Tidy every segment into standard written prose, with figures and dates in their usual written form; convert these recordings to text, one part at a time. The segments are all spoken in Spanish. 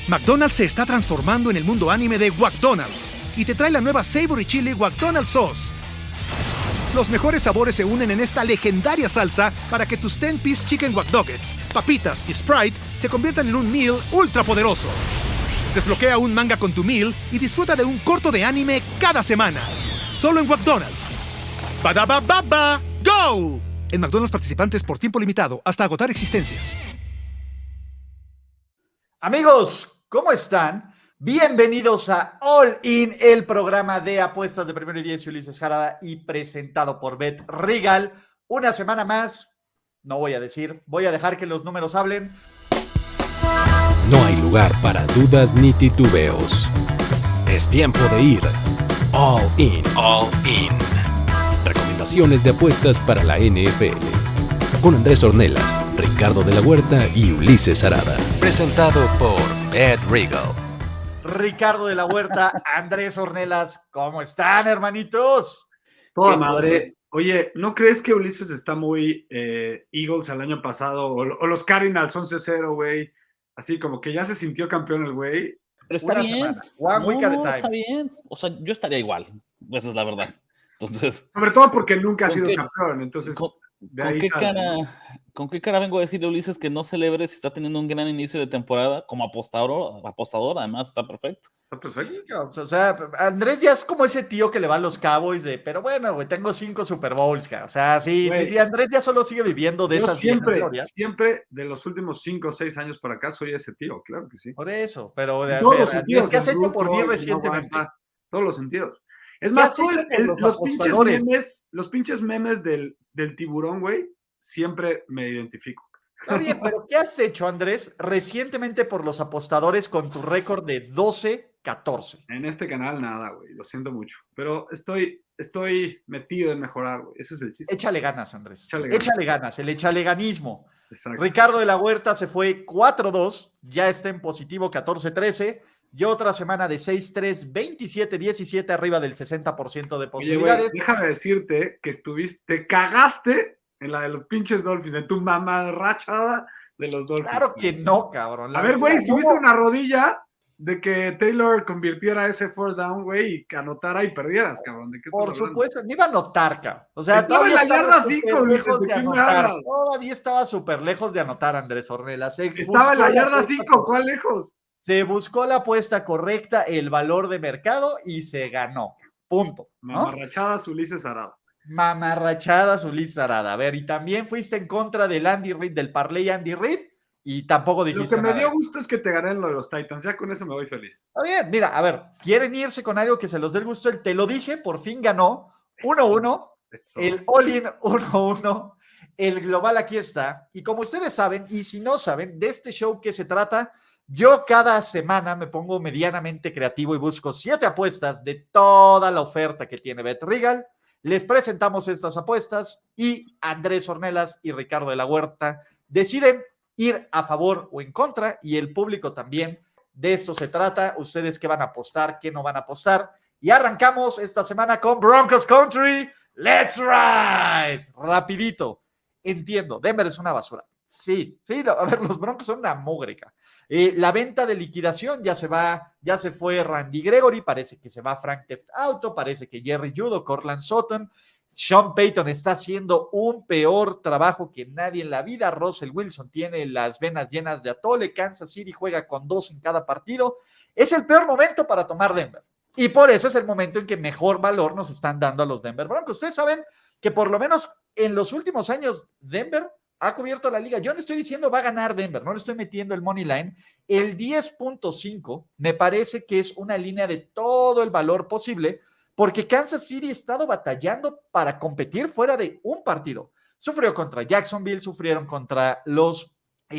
McDonald's se está transformando en el mundo anime de McDonald's y te trae la nueva Savory Chili McDonald's Sauce. Los mejores sabores se unen en esta legendaria salsa para que tus 10-piece chicken wack nuggets, papitas y Sprite se conviertan en un meal ultra poderoso. Desbloquea un manga con tu meal y disfruta de un corto de anime cada semana. Solo en McDonald's. ¡Badabababa! ¡Go! En McDonald's participantes por tiempo limitado hasta agotar existencias. Amigos, ¿cómo están? Bienvenidos a All In, el programa de apuestas de Primero y 10, Ulises Jarada y presentado por Bet Regal. Una semana más, no voy a decir, voy a dejar que los números hablen. No hay lugar para dudas ni titubeos. Es tiempo de ir All In. All In. Recomendaciones de apuestas para la NFL. Con Andrés Ornelas, Ricardo de la Huerta y Ulises Arada. Presentado por Bet Regal. Ricardo de la Huerta, Andrés Ornelas, ¿cómo están, hermanitos? Toda madre. Oye, ¿no crees que Ulises está muy Eagles al año pasado? O los Cardinals 11-0, güey. Así como que ya se sintió campeón el güey. Pero está Una bien. semana. One week at a time. Está bien. O sea, yo estaría igual. Esa es la verdad. Entonces. Sobre todo porque nunca ha sido campeón. Entonces, ¿con qué cara vengo a decirle a Ulises que no celebre si está teniendo un gran inicio de temporada como apostador? Además, está perfecto. Está perfecto. O sea, Andrés ya es como ese tío que le va a los Cowboys de, pero bueno, güey, tengo 5 Super Bowls, cara. O sea, sí, Andrés ya solo sigue viviendo de esas siempre de los últimos 5 o 6 años para acá soy ese tío, claro que sí. Por eso, pero de todos los sentidos, ¿qué has hecho por mí recientemente? Todos los sentidos. Es más, los pinches memes del tiburón, güey, siempre me identifico. Está bien, pero ¿qué has hecho, Andrés, recientemente por los apostadores con tu récord de 12-14? En este canal nada, güey, lo siento mucho, pero estoy metido en mejorar, güey, ese es el chiste. Échale ganas, Andrés. Échale ganas, el echaleganismo. Exacto. Ricardo de la Huerta se fue 4-2, ya está en positivo 14-13, y otra semana de 6-3, 27-17, arriba del 60% de posibilidades. Oye, güey, déjame decirte que te cagaste en la de los pinches Dolphins, en tu mamarrachada de los Dolphins. Claro que no, cabrón. A ver, güey, estuviste una rodilla de que Taylor convirtiera ese fourth down, güey, y que anotara y perdieras, cabrón. ¿De qué estás hablando? Supuesto, ni iba a anotar, cabrón. O sea, estaba en la yarda 5, lejos de anotar. Todavía estaba súper lejos de anotar, Andrés Ornelas. Estaba en la yarda 5, ¿cuál lejos? Se buscó la apuesta correcta, el valor de mercado y se ganó. Punto. ¿no? Mamarrachadas Ulises Arada. Mamarrachadas Ulises Arada. A ver, y también fuiste en contra del Andy Reid, del parlay Andy Reid, y tampoco dijiste nada. Lo que me dio nada. gusto es que te gané lo de los Titans. Ya con eso me voy feliz. Está bien, mira, a ver, quieren irse con algo que se los dé el gusto. Te lo dije, por fin ganó 1-1. El all-in 1-1. El global aquí está. Y como ustedes saben, y si no saben, de este show que se trata, yo cada semana me pongo medianamente creativo y busco 7 apuestas de toda la oferta que tiene Bet Regal. Les presentamos estas apuestas y Andrés Ornelas y Ricardo de la Huerta deciden ir a favor o en contra, y el público también. De esto se trata. Ustedes qué van a apostar, qué no van a apostar. Y arrancamos esta semana con Broncos Country. ¡Let's ride! Rapidito. Entiendo, Denver es una basura. Sí, a ver, los Broncos son una mógrica. La venta de liquidación ya se fue Randy Gregory, parece que se va Frank Theft Auto, parece que Jerry Judo, Cortland Sutton, Sean Payton está haciendo un peor trabajo que nadie en la vida, Russell Wilson tiene las venas llenas de atole, Kansas City juega con 2 en cada partido, es el peor momento para tomar Denver, y por eso es el momento en que mejor valor nos están dando a los Denver Broncos. Ustedes saben que por lo menos en los últimos años Denver ha cubierto la liga. Yo no estoy diciendo va a ganar Denver, no le estoy metiendo el money line. El 10.5 me parece que es una línea de todo el valor posible, porque Kansas City ha estado batallando para competir fuera de un partido. Sufrió contra Jacksonville, sufrieron contra los,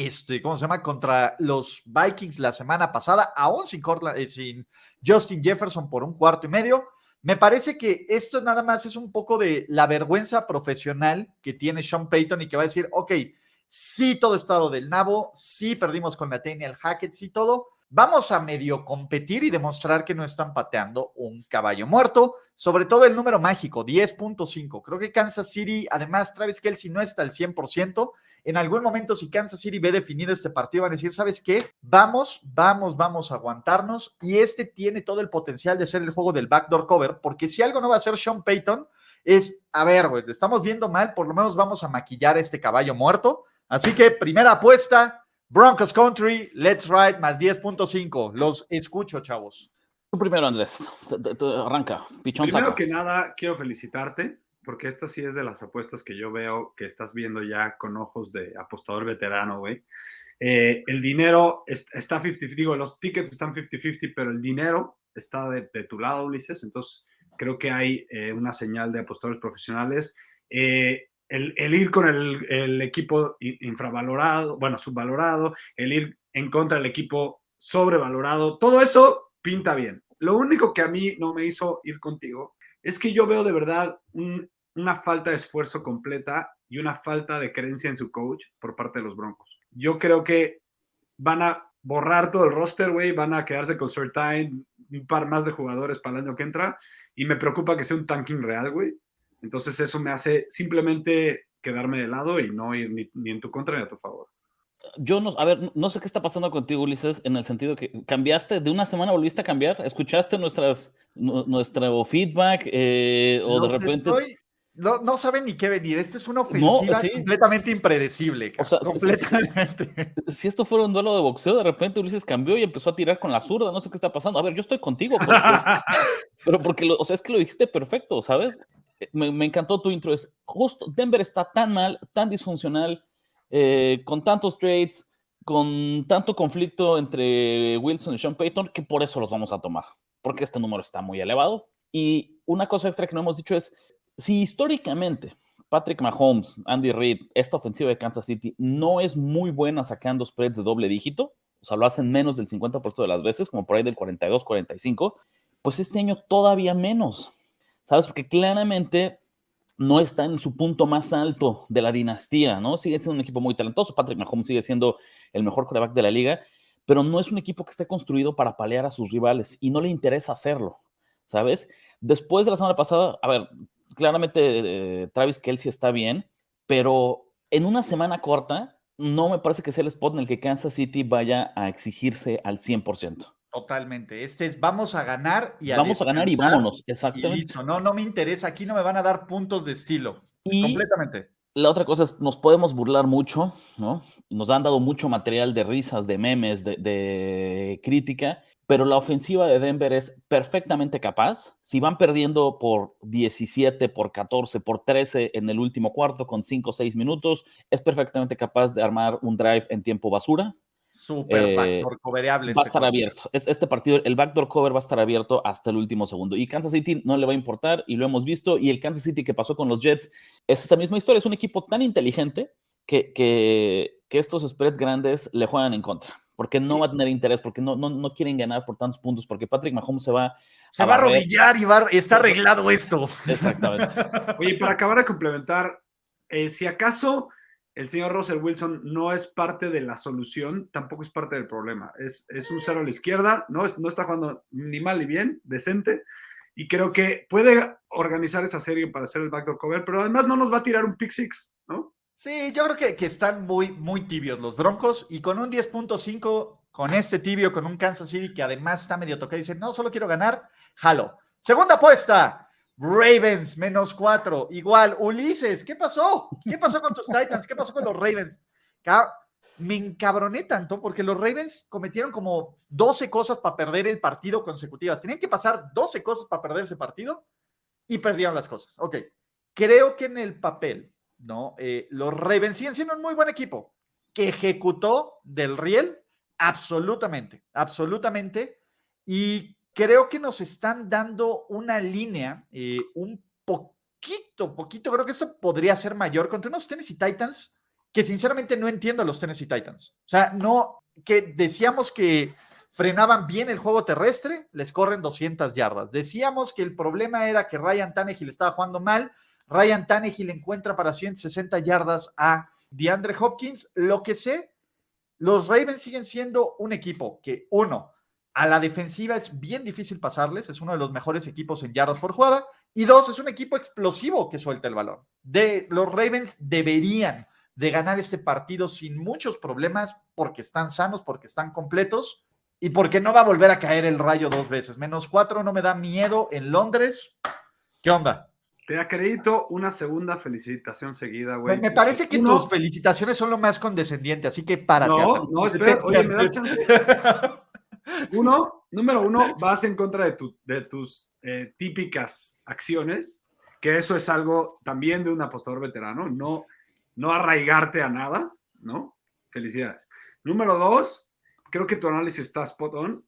contra los Vikings la semana pasada, aún sin Justin Jefferson por un cuarto y medio. Me parece que esto nada más es un poco de la vergüenza profesional que tiene Sean Payton y que va a decir, ok, sí, todo estado del nabo, sí perdimos con Nathaniel Hackett, sí todo, vamos a medio competir y demostrar que no están pateando un caballo muerto, sobre todo el número mágico, 10.5. Creo que Kansas City, además, Travis Kelce no está al 100%. En algún momento, si Kansas City ve definido este partido, van a decir, ¿sabes qué? Vamos a aguantarnos, y este tiene todo el potencial de ser el juego del backdoor cover, porque si algo no va a hacer Sean Payton es, a ver, güey, te estamos viendo mal, por lo menos vamos a maquillar este caballo muerto. Así que, primera apuesta, Broncos Country, let's ride, más 10.5. Los escucho, chavos. Tú primero, Andrés. Arranca. Pichón, Primero saca. que nada, quiero felicitarte, porque esta sí es de las apuestas que yo veo que estás viendo ya con ojos de apostador veterano, güey. El dinero está 50-50, digo, los tickets están 50-50, pero el dinero está de tu lado, Ulises. Entonces, creo que hay una señal de apostadores profesionales. El ir con el equipo infravalorado, bueno, subvalorado, el ir en contra del equipo sobrevalorado, todo eso pinta bien. Lo único que a mí no me hizo ir contigo es que yo veo de verdad una falta de esfuerzo completa y una falta de creencia en su coach por parte de los Broncos. Yo creo que van a borrar todo el roster, güey, van a quedarse con Surtain, un par más de jugadores para el año que entra, y me preocupa que sea un tanking real, güey. Entonces eso me hace simplemente quedarme de lado y no ir ni en tu contra ni a tu favor. Yo no, a ver, no sé qué está pasando contigo, Ulises, en el sentido que cambiaste, de una semana volviste a cambiar, ¿escuchaste nuestro feedback o de repente... No saben ni qué venir. Esta es una ofensiva completamente impredecible. O sea, completamente. Si esto fuera un duelo de boxeo, de repente Ulises cambió y empezó a tirar con la zurda. No sé qué está pasando. A ver, yo estoy contigo. Pero porque, o sea, es que lo dijiste perfecto, ¿sabes? Me encantó tu intro. Es justo, Denver está tan mal, tan disfuncional, con tantos trades, con tanto conflicto entre Wilson y Sean Payton, que por eso los vamos a tomar. Porque este número está muy elevado. Y una cosa extra que no hemos dicho es, si históricamente Patrick Mahomes, Andy Reid, esta ofensiva de Kansas City no es muy buena sacando spreads de doble dígito, o sea, lo hacen menos del 50% de las veces, como por ahí del 42-45, pues este año todavía menos, ¿sabes? Porque claramente no está en su punto más alto de la dinastía, ¿no? Sigue siendo un equipo muy talentoso, Patrick Mahomes sigue siendo el mejor quarterback de la liga, pero no es un equipo que esté construido para palear a sus rivales y no le interesa hacerlo, ¿sabes? Después de la semana pasada, a ver, claramente Travis Kelce está bien, pero en una semana corta no me parece que sea el spot en el que Kansas City vaya a exigirse al 100%. Totalmente. Vamos a ganar y vamos a ganar y vámonos, exactamente. Y listo. No me interesa. Aquí no me van a dar puntos de estilo. Y completamente. La otra cosa es, nos podemos burlar mucho, ¿no? Nos han dado mucho material de risas, de memes, de crítica, pero la ofensiva de Denver es perfectamente capaz. Si van perdiendo por 17, por 14, por 13 en el último cuarto con 5 o 6 minutos, es perfectamente capaz de armar un drive en tiempo basura. Super backdoor coverable. Va a estar abierto. Este partido, el backdoor cover va a estar abierto hasta el último segundo. Y Kansas City no le va a importar, y lo hemos visto. Y el Kansas City que pasó con los Jets es esa misma historia. Es un equipo tan inteligente que estos spreads grandes le juegan en contra. Porque no va a tener interés, porque no quieren ganar por tantos puntos, porque Patrick Mahomes se va a arrodillar y está arreglado esto. Exactamente. Oye, para acabar de complementar, si acaso el señor Russell Wilson no es parte de la solución, tampoco es parte del problema. Es un cero a la izquierda, no está jugando ni mal ni bien, decente, y creo que puede organizar esa serie para hacer el backdoor cover, pero además no nos va a tirar un pick six, ¿no? Sí, yo creo que están muy, muy tibios los Broncos, y con un 10.5, con este tibio, con un Kansas City que además está medio tocado y dice, no, solo quiero ganar, jalo. Segunda apuesta, Ravens, -4. Igual, Ulises, ¿qué pasó? ¿Qué pasó con tus Titans? ¿Qué pasó con los Ravens? Me encabroné tanto porque los Ravens cometieron como 12 cosas para perder el partido consecutivas. Tenían que pasar 12 cosas para perder ese partido y perdieron las cosas. Ok, creo que en el papel, ¿no? Los Ravens siguen siendo un muy buen equipo que ejecutó del riel absolutamente, y creo que nos están dando una línea un poquito, creo que esto podría ser mayor contra unos Tennessee Titans que sinceramente no entiendo a los Tennessee Titans. O sea, no, que decíamos que frenaban bien el juego terrestre, les corren 200 yardas. Decíamos que el problema era que Ryan Tannehill estaba jugando mal. Ryan Tannehill encuentra para 160 yardas a DeAndre Hopkins. Lo que sé los Ravens siguen siendo un equipo que, uno, a la defensiva es bien difícil pasarles, es uno de los mejores equipos en yardas por jugada, y dos, es un equipo explosivo que suelta el balón. Los Ravens deberían de ganar este partido sin muchos problemas porque están sanos, porque están completos y porque no va a volver a caer el rayo 2 veces. -4 no me da miedo en Londres. ¿Qué onda? Te acredito una segunda felicitación seguida, güey. Me parece que tus felicitaciones son lo más condescendiente, así que párate. No, espera, oye, me das chance. Número uno, vas en contra de tus típicas acciones, que eso es algo también de un apostador veterano, no arraigarte a nada, ¿no? Felicidades. Número dos, creo que tu análisis está spot on.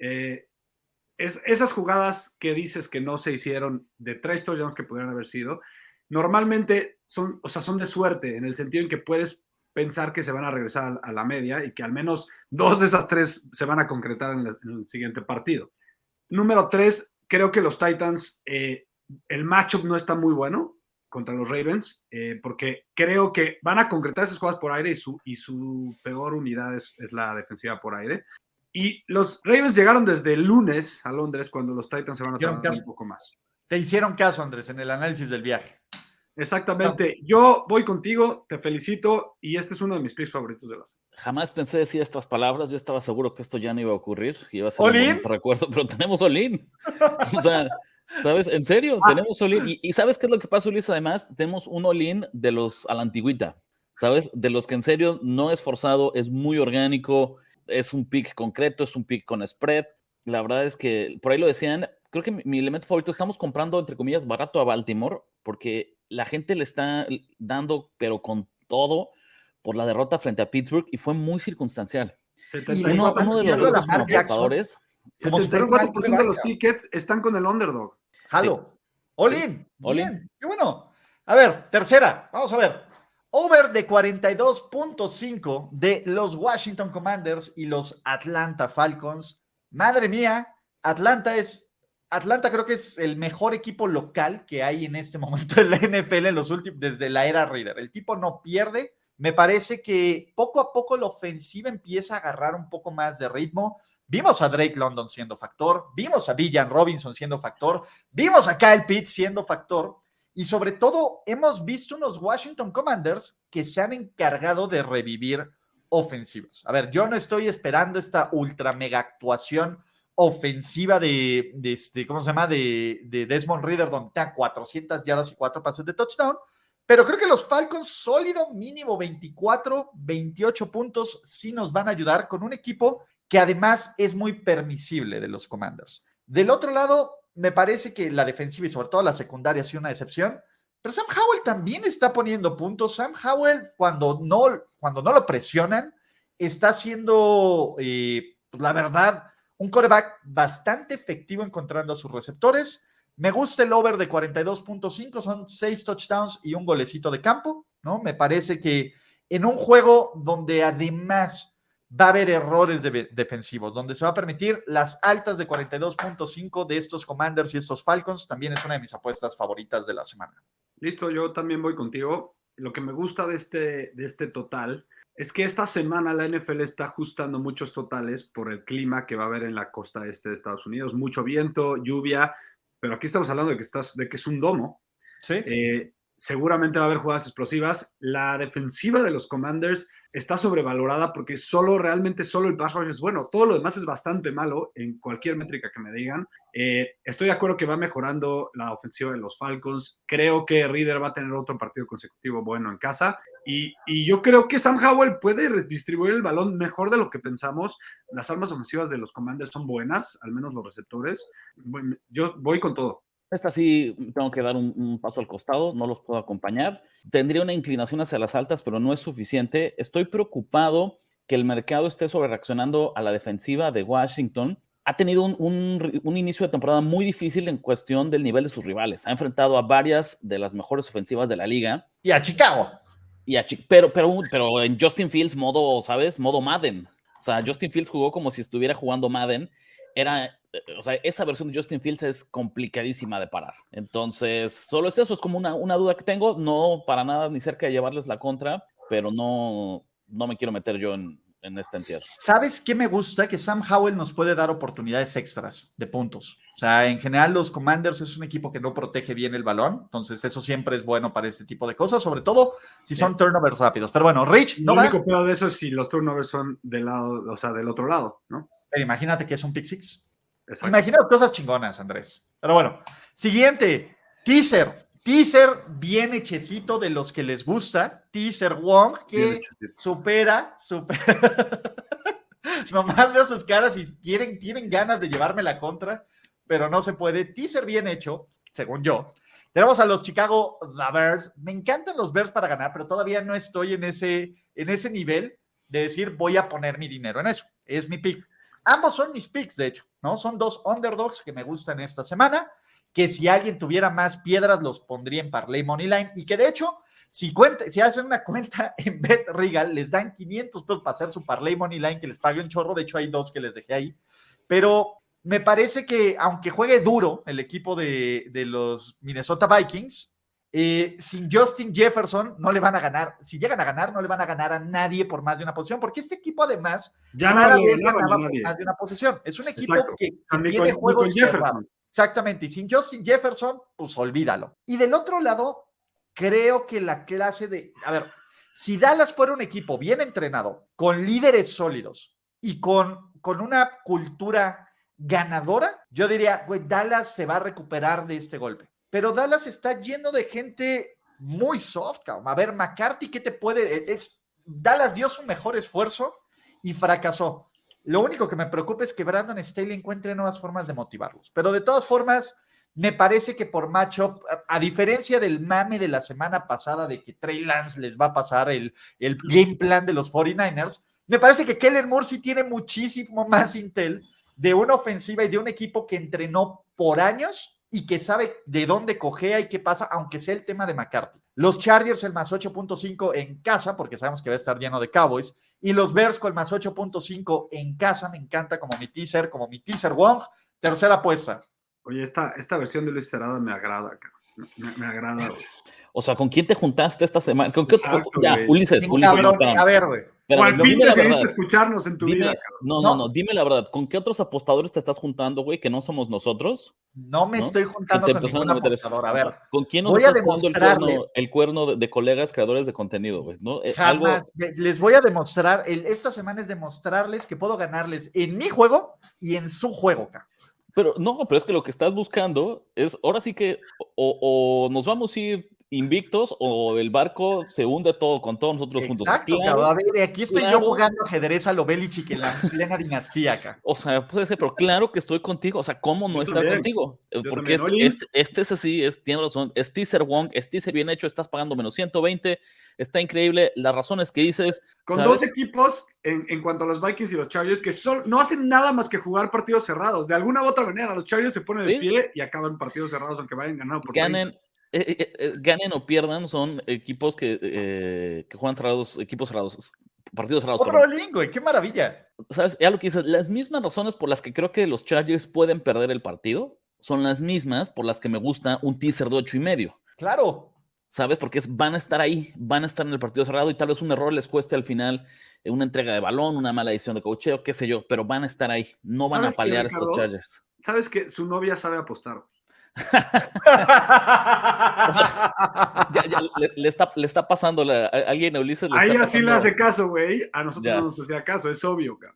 Esas jugadas que dices que no se hicieron de 3 touchdowns que pudieran haber sido, normalmente son de suerte, en el sentido en que puedes pensar que se van a regresar a la media y que al menos 2 de esas 3 se van a concretar en el siguiente partido. Número 3, creo que los Titans, el matchup no está muy bueno contra los Ravens, porque creo que van a concretar esas jugadas por aire y su peor unidad es la defensiva por aire. Y los Ravens llegaron desde el lunes a Londres, cuando los Titans se van a tardar un poco más. Te hicieron caso, Andrés, en el análisis del viaje. Exactamente. No. Yo voy contigo, te felicito, y este es uno de mis picks favoritos de la semana. Jamás pensé decir estas palabras, yo estaba seguro que esto ya no iba a ocurrir, iba a ser ¿All-in? un recuerdo, pero tenemos all-in. O sea, ¿sabes? En serio, tenemos all-in. Y ¿sabes qué es lo que pasa, Ulises? Además, tenemos un all-in de los a la antigüita, ¿sabes? De los que en serio no es forzado, es muy orgánico, es un pick concreto, es un pick con spread. La verdad es que, por ahí lo decían, creo que mi elemento favorito, estamos comprando, entre comillas, barato a Baltimore, porque la gente le está dando, pero con todo, por la derrota frente a Pittsburgh, y fue muy circunstancial. Uno de los retos como apostadores. 74% de los tickets están con el underdog. Jalo. All-in. Bien. Qué bueno. A ver, tercera. Vamos a ver. Over de 42.5 de los Washington Commanders y los Atlanta Falcons. Madre mía, Atlanta creo que es el mejor equipo local que hay en este momento en la NFL en los últimos, desde la era Reader. El tipo no pierde. Me parece que poco a poco la ofensiva empieza a agarrar un poco más de ritmo. Vimos a Drake London siendo factor, vimos a Villan Robinson siendo factor, vimos a Kyle Pitts siendo factor. Y sobre todo, hemos visto unos Washington Commanders que se han encargado de revivir ofensivas. A ver, yo no estoy esperando esta ultra mega actuación ofensiva de Desmond Ridder, donde tenga 400 yardas y 4 pases de touchdown, pero creo que los Falcons, sólido, mínimo 24, 28 puntos, sí nos van a ayudar con un equipo que además es muy permisible de los Commanders. Del otro lado, me parece que la defensiva y sobre todo la secundaria ha sido una decepción, pero Sam Howell también está poniendo puntos. Sam Howell, cuando no lo presionan, está siendo, la verdad, un quarterback bastante efectivo encontrando a sus receptores. Me gusta el over de 42.5, son 6 touchdowns y un golecito de campo, ¿no? Me parece que en un juego donde además va a haber errores defensivos, donde se va a permitir las altas de 42.5 de estos Commanders y estos Falcons, también es una de mis apuestas favoritas de la semana. Listo, yo también voy contigo. Lo que me gusta de este total es que esta semana la NFL está ajustando muchos totales por el clima que va a haber en la costa este de Estados Unidos. Mucho viento, lluvia, pero aquí estamos hablando de que es un domo. Sí. Seguramente va a haber jugadas explosivas. La defensiva de los Commanders está sobrevalorada porque realmente solo el pass rush es bueno. Todo lo demás es bastante malo en cualquier métrica que me digan. Estoy de acuerdo que va mejorando la ofensiva de los Falcons. Creo que Reader va a tener otro partido consecutivo bueno en casa. Y yo creo que Sam Howell puede redistribuir el balón mejor de lo que pensamos. Las armas ofensivas de los Commanders son buenas, al menos los receptores. Yo voy con todo. Esta sí tengo que dar un paso al costado, no los puedo acompañar. Tendría una inclinación hacia las altas, pero no es suficiente. Estoy preocupado que el mercado esté sobrereaccionando a la defensiva de Washington. Ha tenido un inicio de temporada muy difícil en cuestión del nivel de sus rivales. Ha enfrentado a varias de las mejores ofensivas de la liga. Y a Chicago. Pero en Justin Fields modo, ¿sabes? Modo Madden. O sea, Justin Fields jugó como si estuviera jugando Madden. Esa versión de Justin Fields es complicadísima de parar. Entonces, solo es eso, es como una duda que tengo, no para nada ni cerca de llevarles la contra, pero no me quiero meter yo en en esta entierro. ¿Sabes qué me gusta? Que Sam Howell nos puede dar oportunidades extras de puntos. O sea, en general los Commanders es un equipo que no protege bien el balón, entonces eso siempre es bueno para este tipo de cosas, sobre todo si son turnovers rápidos. Pero bueno, Rich, ¿no? Lo único peor de eso es si los turnovers son del lado, o sea, del otro lado, ¿no? Pero imagínate que es un pick six. Exacto. Imagínate cosas chingonas, Andrés. Pero bueno, siguiente, teaser bien hechecito de los que les gusta, teaser Wong, que supera. Nomás veo sus caras y tienen ganas de llevarme la contra, pero no se puede. Teaser bien hecho, según yo. Tenemos a los Chicago Bears. Me encantan los Bears para ganar, pero todavía no estoy en ese nivel de decir voy a poner mi dinero en eso. Es mi pick. Ambos son mis picks, de hecho, ¿no? Son dos underdogs que me gustan esta semana, que si alguien tuviera más piedras los pondría en Parlay Moneyline, y que de hecho, si hacen una cuenta en BetRegal, les dan 500 pesos para hacer su Parlay Moneyline, que les pague un chorro. De hecho, hay 2 que les dejé ahí. Pero me parece que, aunque juegue duro el equipo de los Minnesota Vikings, sin Justin Jefferson no le van a ganar. Si llegan a ganar, no le van a ganar a nadie por más de una posición, porque este equipo además ganaba por más de una posición. Es un equipo que tiene juegos cerrados. Exactamente, y sin Justin Jefferson, pues olvídalo. Y del otro lado, creo que la clase de... A ver, si Dallas fuera un equipo bien entrenado, con líderes sólidos y con una cultura ganadora, yo diría, güey, Dallas se va a recuperar de este golpe. Pero Dallas está lleno de gente muy soft, cabrón. A ver, McCarthy, ¿qué te puede...? Dallas dio su mejor esfuerzo y fracasó. Lo único que me preocupa es que Brandon Staley encuentre nuevas formas de motivarlos. Pero de todas formas, me parece que por matchup, a diferencia del mame de la semana pasada de que Trey Lance les va a pasar el game plan de los 49ers, me parece que Kellen Moore sí tiene muchísimo más intel de una ofensiva y de un equipo que entrenó por años y que sabe de dónde cojea y qué pasa, aunque sea el tema de McCarthy. Los Chargers el más 8.5 en casa, porque sabemos que va a estar lleno de Cowboys, y los Bears con el más 8.5 en casa. Me encanta como mi teaser Wong. Tercera apuesta. Oye, esta versión de Luis Cerada me agrada, me agrada, güey. O sea, ¿con quién te juntaste esta semana? ¿Con qué Exacto, otro? Ya, Ulises. Cabrón, a ver, güey. O al fin decidiste escucharnos en tu vida, cabrón. No, dime la verdad. ¿Con qué otros apostadores te estás juntando, güey, que no somos nosotros? No me estoy juntando con ningún apostador. A ver. ¿Con quién nos estás jugando el cuerno de colegas creadores de contenido, güey? ¿No? Jamás. Les voy a demostrar, esta semana es demostrarles que puedo ganarles en mi juego y en su juego, cabrón. Pero es que lo que estás buscando es, ahora sí que, o nos vamos a ir invictos o el barco se hunde todo con todos nosotros juntos. Exacto, claro, a ver, aquí estoy yo jugando ajedrez a lo Belichick en la plena dinastía acá. O sea, puede ser, pero claro que estoy contigo. O sea, ¿cómo no estar contigo? Porque este es así, tiene razón. Es teaser Wong, es teaser bien hecho, estás pagando menos 120, está increíble. Las razones que dices. Con dos equipos, en cuanto a los Vikings y los Chargers, que no hacen nada más que jugar partidos cerrados. De alguna u otra manera, los Chargers se ponen de pie y acaban partidos cerrados, aunque vayan ganando por ganen o pierdan, son equipos que juegan cerrados, equipos cerrados, partidos cerrados. Otro lingo, qué maravilla. ¿Sabes? Ya lo que dices, las mismas razones por las que creo que los Chargers pueden perder el partido son las mismas por las que me gusta un teaser de 8.5. Claro. ¿Sabes? Porque van a estar ahí, van a estar en el partido cerrado y tal vez un error les cueste al final una entrega de balón, una mala decisión de coacheo, qué sé yo, pero van a estar ahí, no van a palear estos Chargers. ¿Sabes que su novia sabe apostar? O sea, ya le está pasando alguien a Ulises. A ella sí le hace caso, güey. A nosotros no nos hacía caso, es obvio, cabrón.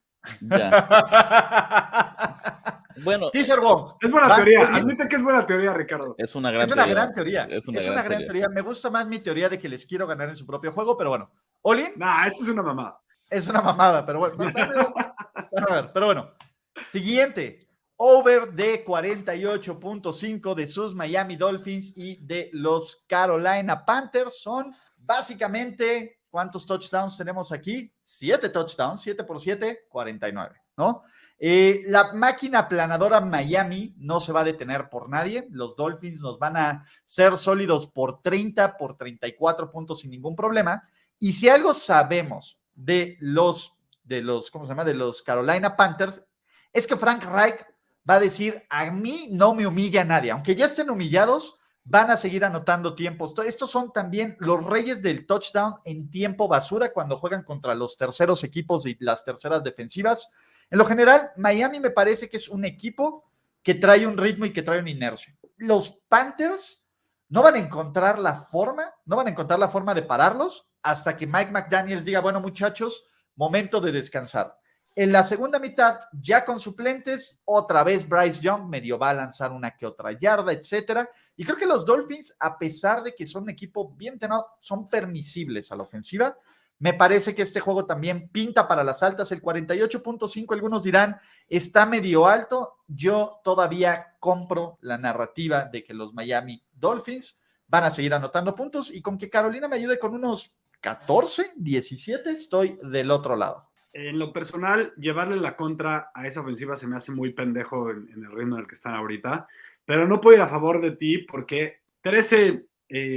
Ya. Bueno, teaser Wong. Es buena teoría. Admite que es buena teoría, Ricardo. Es una gran teoría. Es una gran teoría. Me gusta más mi teoría de que les quiero ganar en su propio juego, pero bueno. ¿Olin? Nah, esto es una mamada. Es una mamada, pero bueno. A ver, pero bueno. Siguiente. Over de 48.5 de sus Miami Dolphins y de los Carolina Panthers. Son básicamente, ¿cuántos touchdowns tenemos aquí? 7 touchdowns, 7 por 7, 49, ¿no? La máquina aplanadora Miami no se va a detener por nadie. Los Dolphins nos van a ser sólidos por 30, por 34 puntos sin ningún problema. Y si algo sabemos de los Carolina Panthers, es que Frank Reich va a decir, a mí no me humilla nadie. Aunque ya estén humillados, van a seguir anotando tiempos. Estos son también los reyes del touchdown en tiempo basura cuando juegan contra los terceros equipos y las terceras defensivas. En lo general, Miami me parece que es un equipo que trae un ritmo y que trae una inercia. Los Panthers no van a encontrar la forma de pararlos hasta que Mike McDaniels diga, bueno, muchachos, momento de descansar. En la segunda mitad, ya con suplentes, otra vez Bryce Young medio va a lanzar una que otra yarda, etcétera. Y creo que los Dolphins, a pesar de que son un equipo bien entrenado, son permisibles a la ofensiva. Me parece que este juego también pinta para las altas. El 48.5, algunos dirán, está medio alto. Yo todavía compro la narrativa de que los Miami Dolphins van a seguir anotando puntos y con que Carolina me ayude con unos 14, 17, estoy del otro lado. En lo personal, llevarle la contra a esa ofensiva se me hace muy pendejo en el ritmo en el que están ahorita, pero no puedo ir a favor de ti porque 13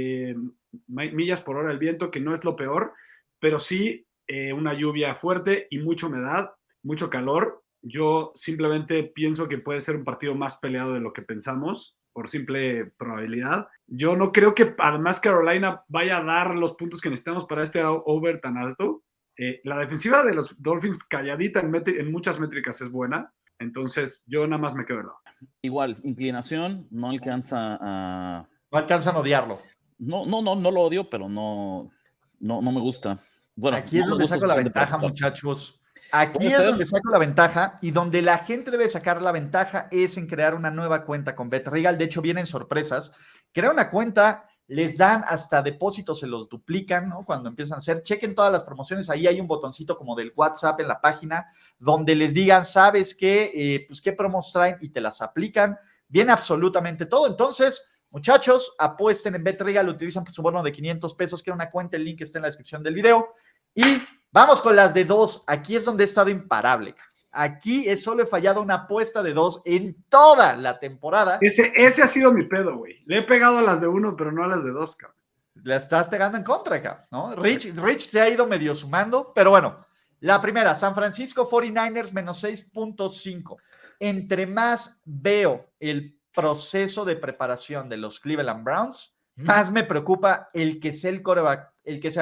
millas por hora el viento, que no es lo peor, pero sí una lluvia fuerte y mucha humedad, mucho calor. Yo simplemente pienso que puede ser un partido más peleado de lo que pensamos, por simple probabilidad. Yo no creo que además Carolina vaya a dar los puntos que necesitamos para este over tan alto. La defensiva de los Dolphins calladita en muchas métricas es buena, entonces yo nada más me quedo de lado. Igual, inclinación, no alcanza a... No alcanzan a odiarlo. No lo odio, pero no me gusta. Bueno, aquí es donde saco la ventaja, muchachos. Aquí es donde saco la ventaja y donde la gente debe sacar la ventaja es en crear una nueva cuenta con BetRegal. De hecho, vienen sorpresas. Crear una cuenta, les dan hasta depósitos, se los duplican, ¿no? Cuando empiezan a hacer, chequen todas las promociones. Ahí hay un botoncito como del WhatsApp en la página donde les digan, ¿sabes qué? Pues qué promos traen y te las aplican. Viene absolutamente todo. Entonces, muchachos, apuesten en BetRegal, utilizan su bono de $500, que una cuenta, el link está en la descripción del video. Y vamos con las de 2. Aquí es donde he estado imparable. Aquí solo he fallado una apuesta de 2 en toda la temporada. Ese ha sido mi pedo, güey. Le he pegado a las de 1, pero no a las de 2, cabrón. La estás pegando en contra, cabrón, ¿no? Rich se ha ido medio sumando, pero bueno. La primera, San Francisco 49ers menos 6.5. Entre más veo el proceso de preparación de los Cleveland Browns, más me preocupa el que sea el quarterback,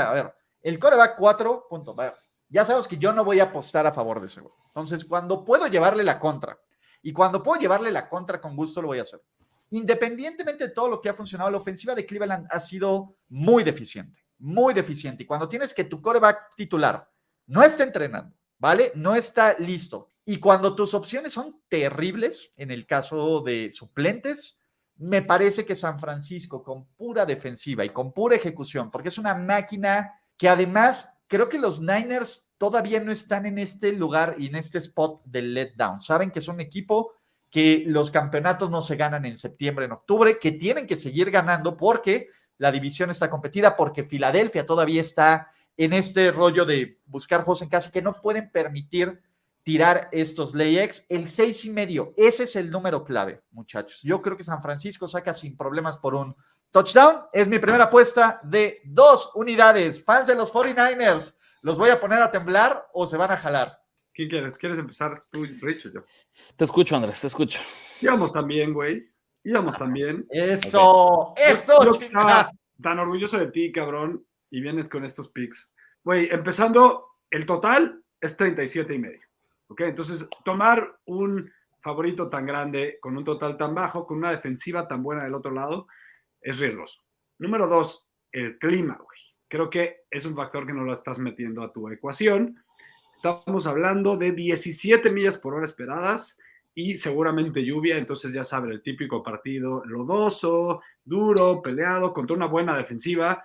el quarterback 4, punto. Ya sabes que yo no voy a apostar a favor de ese güey. Entonces, cuando puedo llevarle la contra, y cuando puedo llevarle la contra con gusto, lo voy a hacer. Independientemente de todo lo que ha funcionado, la ofensiva de Cleveland ha sido muy deficiente. Y cuando tienes que tu quarterback titular no está entrenando, ¿vale? No está listo. Y cuando tus opciones son terribles, en el caso de suplentes, me parece que San Francisco, con pura defensiva y con pura ejecución, porque es una máquina que además creo que los Niners todavía no están en este lugar y en este spot del letdown. Saben que es un equipo que los campeonatos no se ganan en septiembre, en octubre, que tienen que seguir ganando porque la división está competida, porque Filadelfia todavía está en este rollo de buscar juegos en casa, que no pueden permitir tirar estos lay-ex. El 6.5, ese es el número clave, muchachos. Yo creo que San Francisco saca sin problemas por un touchdown. Es mi primera apuesta de 2 unidades. Fans de los 49ers, ¿los voy a poner a temblar o se van a jalar? ¿Quién quieres? ¿Quieres empezar tú, Rich, o yo? Te escucho, Andrés, te escucho. Íbamos también, güey. Íbamos también. Eso, okay. Yo estaba tan orgulloso de ti, cabrón, y vienes con estos picks. Güey, empezando, el total es 37.5. ¿Ok? Entonces, tomar un favorito tan grande, con un total tan bajo, con una defensiva tan buena del otro lado, es riesgoso. Número 2, el clima, güey. Creo que es un factor que no lo estás metiendo a tu ecuación. Estamos hablando de 17 millas por hora esperadas y seguramente lluvia, entonces ya saben, el típico partido lodoso, duro, peleado, contra una buena defensiva.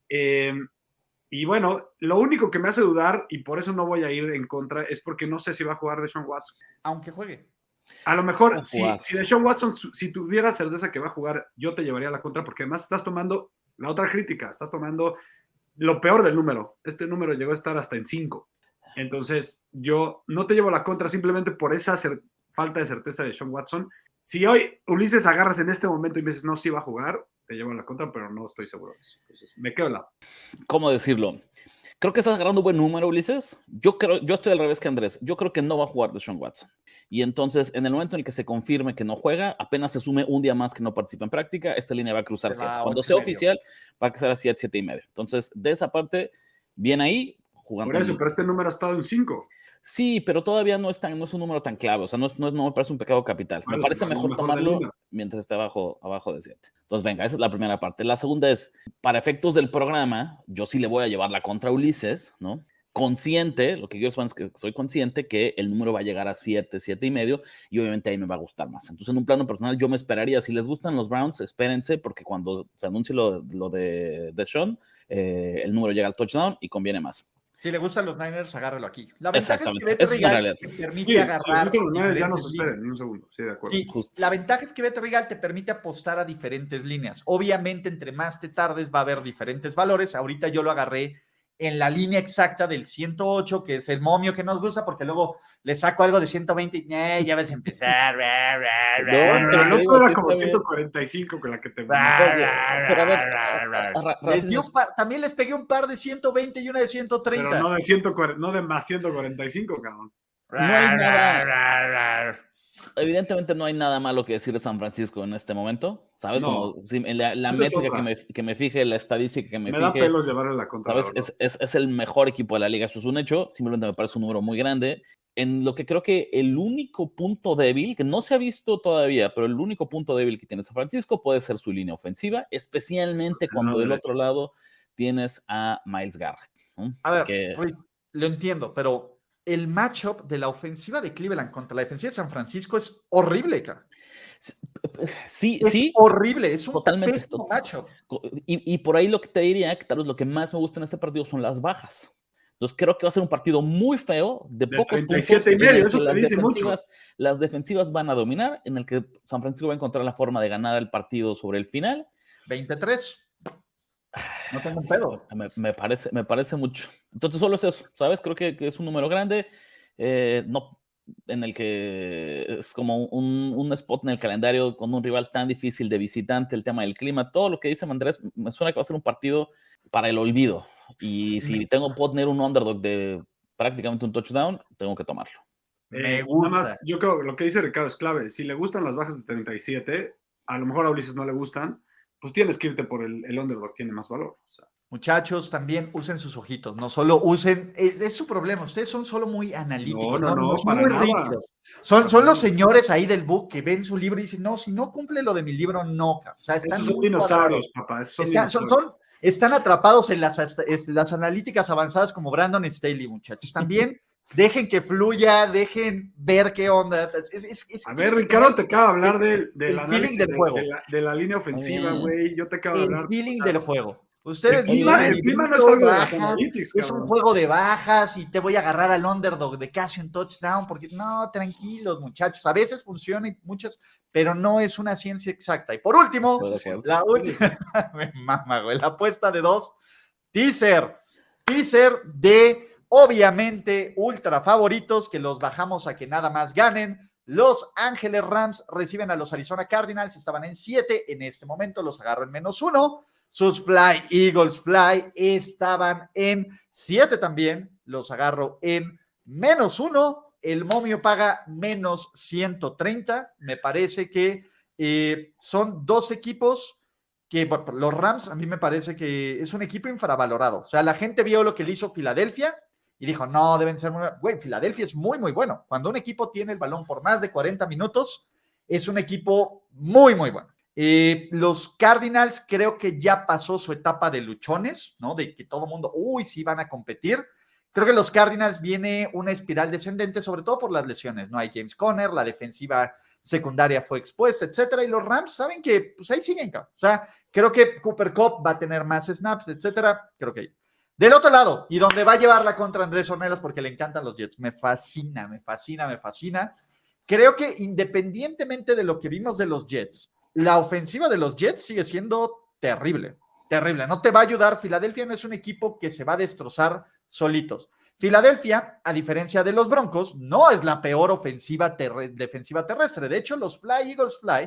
Y bueno, lo único que me hace dudar, y por eso no voy a ir en contra, es porque no sé si va a jugar Deshaun Watson. Aunque juegue. A lo mejor, si Deshaun Watson, si tuviera certeza que va a jugar, yo te llevaría la contra, porque además estás tomando la otra crítica, estás tomando lo peor del número. Este número llegó a estar hasta en 5. Entonces, yo no te llevo la contra simplemente por esa falta de certeza de Deshaun Watson. Si hoy, Ulises, agarras en este momento y me dices, no, sí va a jugar, te llevo la contra, pero no estoy seguro de eso. Entonces, me quedo al lado. ¿Cómo decirlo? Creo que estás agarrando un buen número, Ulises. Yo estoy al revés que Andrés. Yo creo que no va a jugar Deshaun Watson. Y entonces, en el momento en el que se confirme que no juega, apenas se sume un día más que no participa en práctica, esta línea va a cruzar 7. Cuando sea oficial, va a cruzar a 7, 7.5. Entonces, de esa parte, bien ahí, jugando. Por eso, pero este número ha estado en 5. Sí, pero todavía no es un número tan clave. O sea, no me parece un pecado capital. Me parece mejor tomarlo mientras esté abajo de 7. Entonces, venga, esa es la primera parte. La segunda es, para efectos del programa, yo sí le voy a llevar la contra Ulises, ¿no? Consciente, lo que quiero es que soy consciente que el número va a llegar a 7, 7.5, y obviamente ahí me va a gustar más. Entonces, en un plano personal, yo me esperaría, si les gustan los Browns, espérense, porque cuando se anuncie lo de Deshaun, el número llega al touchdown y conviene más. Si le gustan los Niners, agárralo aquí. La ventaja es que Bet Regal te permite agarrar. Los Niners ya nos esperen un segundo. Sí, de acuerdo. Sí, la ventaja es que Bet Regal te permite apostar a diferentes líneas. Obviamente, entre más te tardes, va a haber diferentes valores. Ahorita yo lo agarré en la línea exacta del 108, que es el momio que nos gusta, porque luego le saco algo de 120 y ya vas a empezar. Pero el otro era como 145 con la que te... También les pegué un par de 120 y una de 130. Pero no de más 145, cabrón. No hay nada... Evidentemente no hay nada malo que decir de San Francisco en este momento, ¿sabes? No, como si la métrica que me fije, la estadística que me fije. Me da pelos llevarle la contra. ¿Sabes? Es el mejor equipo de la liga, eso es un hecho, simplemente me parece un número muy grande. En lo que creo que el único punto débil, que no se ha visto todavía, pero el único punto débil que tiene San Francisco puede ser su línea ofensiva, especialmente cuando del otro lado tienes a Myles Garrett, ¿no? A ver, lo entiendo, pero el matchup de la ofensiva de Cleveland contra la defensiva de San Francisco es horrible, cara. Sí, es horrible, es un totalmente pésimo matchup. Y por ahí lo que te diría, que tal vez lo que más me gusta en este partido son las bajas. Entonces creo que va a ser un partido muy feo, de pocos 37 puntos. Y medio, eso te dice mucho. Las defensivas van a dominar, en el que San Francisco va a encontrar la forma de ganar el partido sobre el final. 23. No tengo un pedo. Me parece mucho. Entonces solo es eso, ¿sabes? Creo que es un número grande, no, en el que es como un spot en el calendario con un rival tan difícil de visitante, el tema del clima, todo lo que dice Andrés, me suena que va a ser un partido para el olvido. Y si puedo tener un underdog de prácticamente un touchdown, tengo que tomarlo. Me gusta. Nada más, yo creo que lo que dice Ricardo es clave. Si le gustan las bajas de 37, a lo mejor a Ulises no le gustan, pues tienes que irte por el underdog, tiene más valor. O sea. Muchachos, también usen sus ojitos, no solo usen, es su problema, ustedes son solo muy analíticos, no son muy rígidos. Son los señores ahí del book que ven su libro y dicen, no, si no cumple lo de mi libro, no. O sea, están esos son dinosaurios, papá. Están atrapados en las analíticas avanzadas como Brandon Staley, muchachos. También dejen que fluya, dejen ver qué onda. A ver, Ricardo te acaba de hablar del feeling del juego. De la línea ofensiva, güey. Yo te acabo de hablar. El feeling del juego. Ustedes el clima no es algo de las analytics, es un juego de bajas y te voy a agarrar al underdog de casi un touchdown, porque no, tranquilos, muchachos. A veces funciona y muchas, pero no es una ciencia exacta. Y por último, la última, me mama, güey, la apuesta de 2, teaser de obviamente ultra favoritos que los bajamos a que nada más ganen. Los Ángeles Rams reciben a los Arizona Cardinals, estaban en 7, en este momento los agarro en -1. Sus Eagles Fly estaban en 7 también, los agarro en -1. El momio paga -130. Me parece que son dos equipos que los Rams, a mí me parece que es un equipo infravalorado. O sea, la gente vio lo que le hizo Filadelfia y dijo, no, deben ser muy... Güey, Filadelfia es muy, muy bueno. Cuando un equipo tiene el balón por más de 40 minutos, es un equipo muy, muy bueno. Los Cardinals creo que ya pasó su etapa de luchones, ¿no? De que todo el mundo, sí van a competir. Creo que los Cardinals viene una espiral descendente, sobre todo por las lesiones, ¿no? Hay James Conner, la defensiva secundaria fue expuesta, etcétera, y los Rams saben que, pues ahí siguen, o sea, creo que Cooper Kupp va a tener más snaps, etcétera, creo que del otro lado, y donde va a llevar la contra Andrés Ornelas porque le encantan los Jets, me fascina, creo que independientemente de lo que vimos de los Jets, la ofensiva de los Jets sigue siendo terrible, no te va a ayudar. Filadelfia no es un equipo que se va a destrozar solitos. Filadelfia, a diferencia de los Broncos, no es la peor defensiva terrestre. De hecho, los Eagles Fly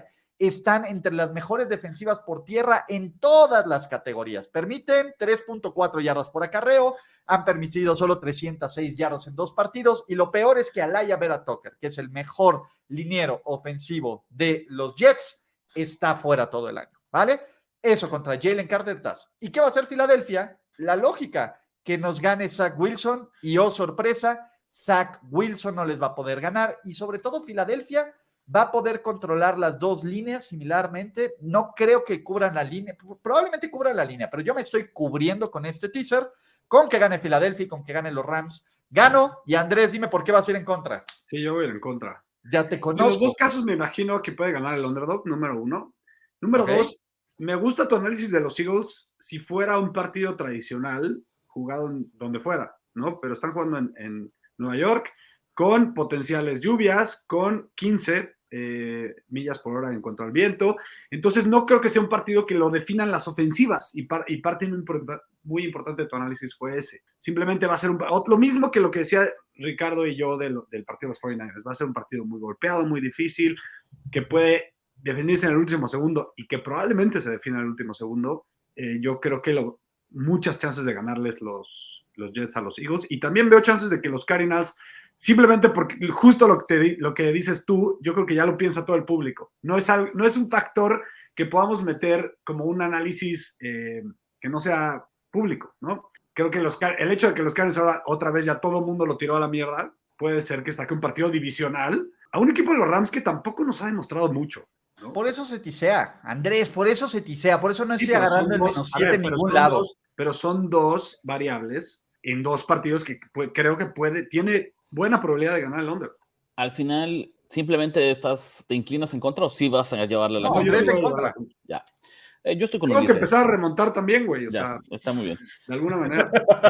están entre las mejores defensivas por tierra en todas las categorías. Permiten 3.4 yardas por acarreo, han permitido solo 306 yardas en 2 partidos, y lo peor es que Alijah Vera-Tucker, que es el mejor liniero ofensivo de los Jets, está fuera todo el año, ¿vale? Eso contra Jalen Carter-Taz. ¿Y qué va a hacer Filadelfia? La lógica, que nos gane Zach Wilson, y oh sorpresa, Zach Wilson no les va a poder ganar, y sobre todo Filadelfia va a poder controlar las 2 líneas similarmente. No creo que cubran la línea, probablemente cubran la línea, pero yo me estoy cubriendo con este teaser, con que gane Filadelfia y con que ganen los Rams. Gano, y Andrés, dime por qué vas a ir en contra. Sí, yo voy a ir en contra. Ya te conozco. En los 2 casos me imagino que puede ganar el underdog, número 1. Número 2, me gusta tu análisis de los Eagles si fuera un partido tradicional, jugado en donde fuera, ¿no? Pero están jugando en Nueva York, con potenciales lluvias, con 15 millas por hora en cuanto al viento. Entonces no creo que sea un partido que lo definan las ofensivas, y parte muy importante de tu análisis fue ese. Simplemente va a ser lo mismo que lo que decía Ricardo y yo del partido de los 49ers. Va a ser un partido muy golpeado, muy difícil, que puede definirse en el último segundo y que probablemente se defina en el último segundo. Yo creo que muchas chances de ganarles los Jets a los Eagles, y también veo chances de que los Cardinals, simplemente porque justo lo que dices tú, yo creo que ya lo piensa todo el público. No es un factor que podamos meter como un análisis que no sea público, ¿no? Creo que el hecho de que los Cardinals ahora otra vez ya todo el mundo lo tiró a la mierda, puede ser que saque un partido divisional a un equipo de los Rams que tampoco nos ha demostrado mucho, ¿no? Por eso se tisea, Andrés, por eso no estoy agarrando el -7 en ningún lado. Pero son 2 variables en 2 partidos que creo que tiene buena probabilidad de ganar el under. Al final, ¿simplemente te inclinas en contra o sí vas a llevarle la contra? Yo estoy en contra. Ya. Yo estoy con Tengo Ulises. que empezar a remontar también, güey. Está muy bien. De alguna manera.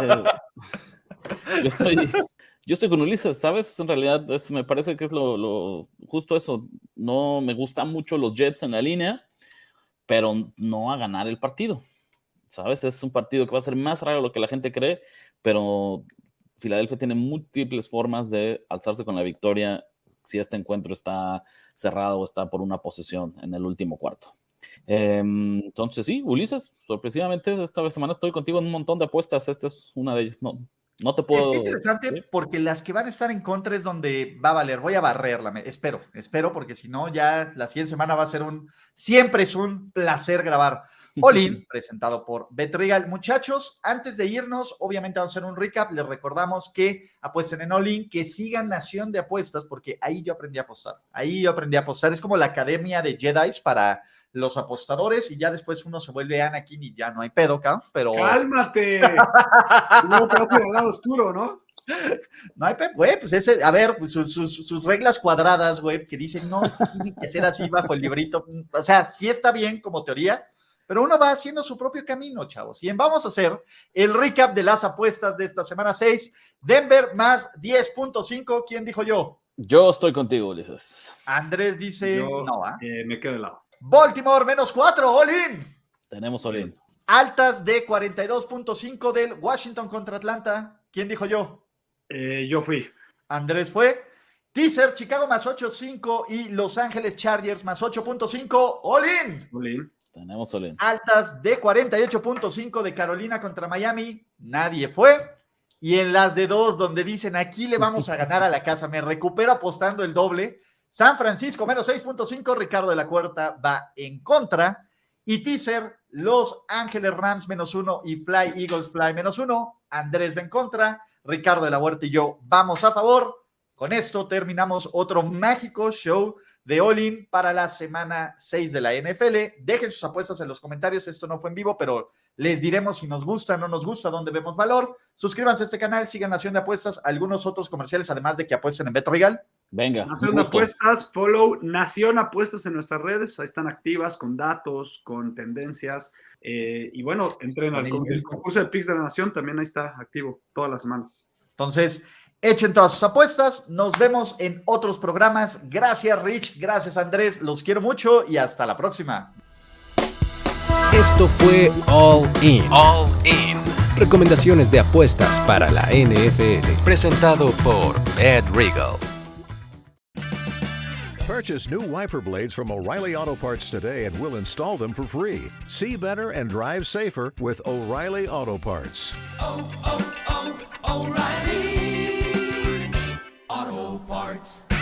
Yo estoy con Ulises, ¿sabes? En realidad me parece que es justo eso. No me gustan mucho los Jets en la línea, pero no a ganar el partido, ¿sabes? Es un partido que va a ser más raro de lo que la gente cree, pero Filadelfia tiene múltiples formas de alzarse con la victoria si este encuentro está cerrado o está por una posesión en el último cuarto. Entonces sí, Ulises, sorpresivamente esta semana estoy contigo en un montón de apuestas. Esta es una de ellas. No te puedo... Es interesante, ¿sí? Porque las que van a estar en contra es donde va a valer. Voy a barrerla, espero, porque si no, ya la siguiente semana va a ser siempre es un placer grabar. All In, presentado por BetRegal. Muchachos, antes de irnos, obviamente vamos a hacer un recap. Les recordamos que apuesten en All In, que sigan Nación de Apuestas, porque ahí yo aprendí a apostar. Es como la academia de Jedis para los apostadores, y ya después uno se vuelve Anakin y ya no hay pedo, ¿no? Pero... ¡Cálmate! No te vas a ir al lado oscuro, ¿no? No hay pedo, güey, pues a ver, pues sus reglas cuadradas, güey, que dicen, no, esto tiene que ser así bajo el librito. O sea, sí está bien como teoría, pero uno va haciendo su propio camino, chavos. Bien, vamos a hacer el recap de las apuestas de esta semana 6. Denver más 10.5. ¿Quién dijo yo? Yo estoy contigo, Ulises. Andrés dice no, ¿ah? Me quedo de lado. Baltimore menos 4, All In. Tenemos All In. Altas de 42.5 del Washington contra Atlanta. ¿Quién dijo yo? Yo fui. Andrés fue. Teaser, Chicago más 8.5 y Los Ángeles Chargers más 8.5, All In. All In. Tenemos All In. Altas de 48.5 de Carolina contra Miami. Nadie fue. Y en las de 2, donde dicen aquí le vamos a ganar a la casa, me recupero apostando el doble. San Francisco menos 6.5, Ricardo de la Cuarta va en contra. Y teaser, Los Ángeles Rams menos 1 y Fly Eagles Fly menos 1. Andrés va en contra, Ricardo de la Huerta y yo vamos a favor. Con esto terminamos otro mágico show de All In para la semana 6 de la NFL. Dejen sus apuestas en los comentarios. Esto no fue en vivo, pero les diremos si nos gusta o no nos gusta, dónde vemos valor. Suscríbanse a este canal, sigan Nación de Apuestas, algunos otros comerciales, además de que apuesten en BetRegal. Venga. Nación de Apuestas, follow Nación Apuestas en nuestras redes. Ahí están activas con datos, con tendencias. Y bueno, entren al concurso de Picks de la Nación, también ahí está activo todas las semanas. Entonces, echen todas sus apuestas. Nos vemos en otros programas. Gracias, Rich. Gracias, Andrés. Los quiero mucho y hasta la próxima. Esto fue All In. All In. Recomendaciones de apuestas para la NFL. Presentado por BetRegal. Purchase new wiper blades from O'Reilly Auto Parts today and we'll install them for free. See better and drive safer with O'Reilly Auto Parts. O'Reilly Auto Parts.